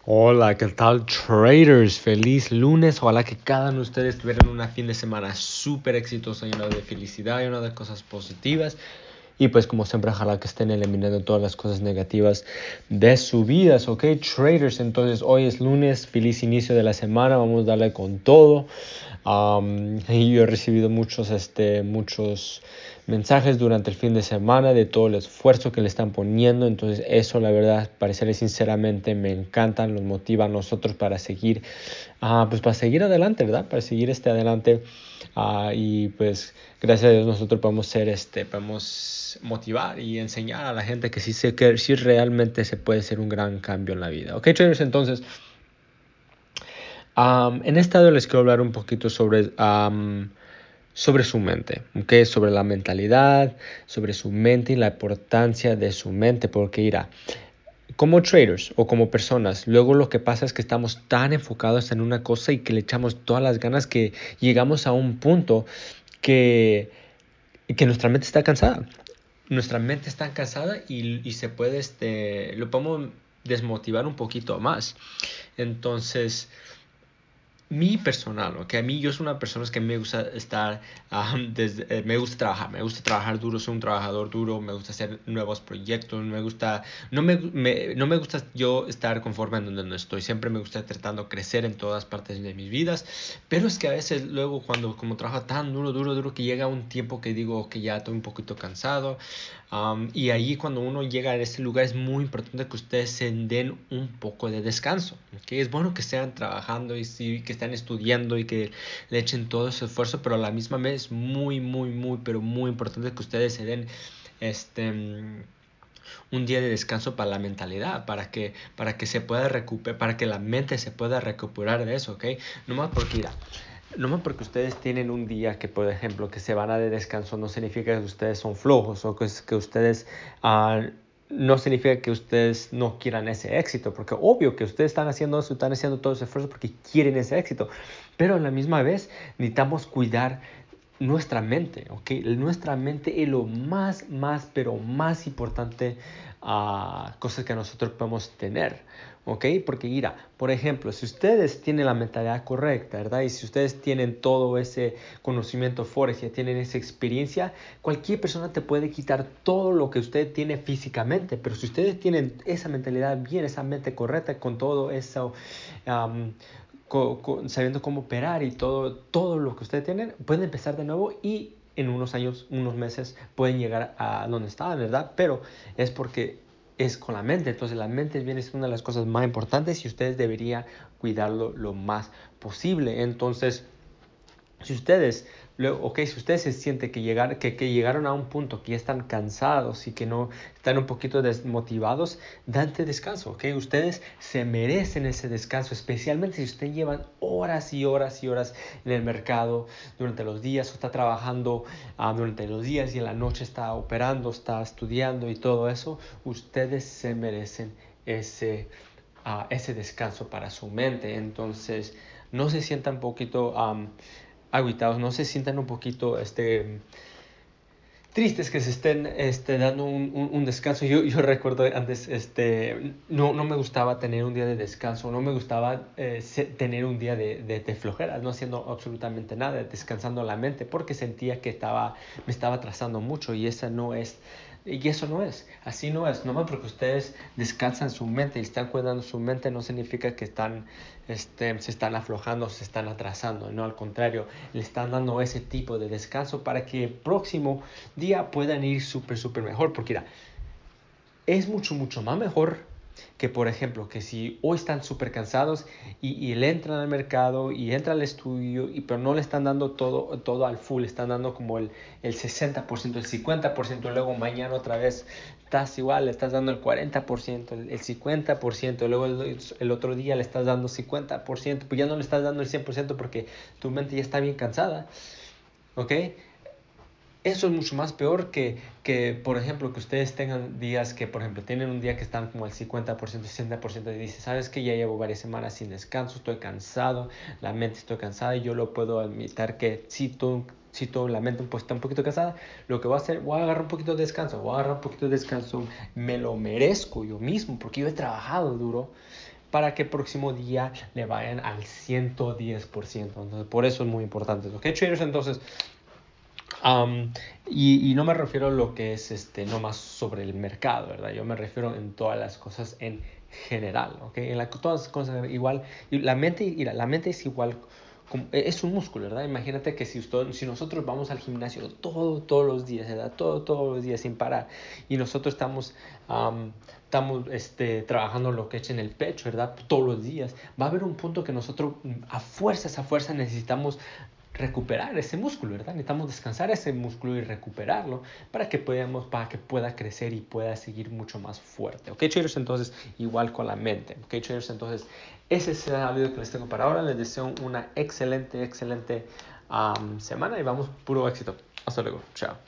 Hola, ¿qué tal, traders? Feliz lunes. Ojalá que cada uno de ustedes tuvieran un fin de semana súper exitoso, lleno de felicidad, lleno de cosas positivas. Y pues como siempre, ojalá que estén eliminando todas las cosas negativas de sus vidas, ¿ok? Traders, entonces hoy es lunes, feliz inicio de la semana, vamos a darle con todo. Y yo he recibido muchos mensajes durante el fin de semana de todo el esfuerzo que le están poniendo, entonces eso la verdad, para serles sinceramente, me encantan, nos motiva a nosotros para seguir, pues para seguir adelante, ¿verdad? Para seguir adelante. Y pues gracias a Dios nosotros podemos motivar y enseñar a la gente que sí realmente se puede hacer un gran cambio en la vida. Ok, traders, entonces en este audio les quiero hablar un poquito sobre su mente, ¿okay? Sobre la mentalidad, sobre su mente y la importancia de su mente, porque irá. Como traders o como personas, luego lo que pasa es que estamos tan enfocados en una cosa y que le echamos todas las ganas que llegamos a un punto que nuestra mente está cansada. Nuestra mente está cansada y se puede, lo podemos desmotivar un poquito más. Entonces, mi personal, ¿ok? A mí yo soy una persona que me gusta estar, me gusta trabajar duro, soy un trabajador duro, me gusta hacer nuevos proyectos, no me gusta yo estar conforme en donde no estoy, siempre me gusta tratando de crecer en todas partes de mis vidas, pero es que a veces luego como trabajo tan duro, que llega un tiempo que digo que ya estoy un poquito cansado. Y ahí cuando uno llega a ese lugar es muy importante que ustedes se den un poco de descanso, ¿okay? Es bueno que estén trabajando y sí, que estén estudiando y que le echen todo ese esfuerzo, pero a la misma vez es pero muy importante que ustedes se den un día de descanso para la mentalidad, para que se pueda recuperar, para que la mente se pueda recuperar de eso, ¿ok? Nomás porque ustedes tienen un día que, por ejemplo, que se van a de descanso, no significa que ustedes son flojos o que ustedes no significa que ustedes no quieran ese éxito, porque obvio que ustedes están haciendo todo ese esfuerzo porque quieren ese éxito, pero a la misma vez necesitamos cuidar nuestra mente, ¿ok? Nuestra mente es lo pero más importante cosas que nosotros podemos tener, ¿ok? Porque mira, por ejemplo, si ustedes tienen la mentalidad correcta, ¿verdad? Y si ustedes tienen todo ese conocimiento forex, ya tienen esa experiencia, cualquier persona te puede quitar todo lo que usted tiene físicamente, pero si ustedes tienen esa mentalidad bien, esa mente correcta, con todo eso, sabiendo cómo operar y todo lo que ustedes tienen, pueden empezar de nuevo y en unos años, unos meses pueden llegar a donde estaban, ¿verdad? Pero es porque es con la mente. Entonces la mente viene siendo una de las cosas más importantes y ustedes deberían cuidarlo lo más posible. Entonces, si ustedes se sienten que llegaron a un punto que ya están cansados y que no están un poquito desmotivados, date descanso, ¿ok? Ustedes se merecen ese descanso, especialmente si ustedes llevan horas y horas y horas en el mercado durante los días o está trabajando durante los días y en la noche está operando, está estudiando y todo eso. Ustedes se merecen ese descanso para su mente. Entonces, no se sientan un poquito aguitados, no se sientan un poquito tristes que se estén dando un descanso. Yo recuerdo antes, no me gustaba tener un día de descanso, no me gustaba tener un día de flojera, no haciendo absolutamente nada, descansando la mente, porque sentía que me estaba atrasando mucho y eso no es, así no es, nomás porque ustedes descansan su mente y están cuidando su mente no significa que se están aflojando, se están atrasando, no, al contrario, le están dando ese tipo de descanso para que el próximo día puedan ir súper mejor, porque mira, es mucho más mejor que, por ejemplo, que si hoy están súper cansados y le entran al mercado y entran al estudio, pero no le están dando todo al full, están dando como el 60%, el 50%, y luego mañana otra vez estás igual, le estás dando el 40%, el 50%, luego el otro día le estás dando 50%, pues ya no le estás dando el 100% porque tu mente ya está bien cansada, ¿ok? Eso es mucho más peor que, por ejemplo, que ustedes tengan días que, por ejemplo, tienen un día que están como al 50%, 60% y dicen, ¿sabes qué? Ya llevo varias semanas sin descanso, estoy cansado, la mente estoy cansada y yo lo puedo admitir que si la mente pues, está un poquito cansada, lo que voy a hacer, voy a agarrar un poquito de descanso, me lo merezco yo mismo porque yo he trabajado duro, para que el próximo día le vayan al 110%. Entonces, por eso es muy importante. ¿Ok, traders? Entonces, y no me refiero a lo que es no más sobre el mercado, ¿verdad? Yo me refiero en todas las cosas en general, ¿ok? Todas las cosas igual. Y la mente es igual. Es un músculo, ¿verdad? Imagínate que si nosotros vamos al gimnasio todos los días, ¿verdad? Todos los días sin parar, y nosotros estamos trabajando lo que es en el pecho, ¿verdad? Todos los días. Va a haber un punto que nosotros a fuerza necesitamos recuperar ese músculo, ¿verdad? Necesitamos descansar ese músculo y recuperarlo para que pueda crecer y pueda seguir mucho más fuerte. ¿Ok, traders? Entonces, igual con la mente. ¿Ok, traders? Entonces, ese es el video que les tengo para ahora. Les deseo una excelente semana y vamos, puro éxito. Hasta luego. Chao.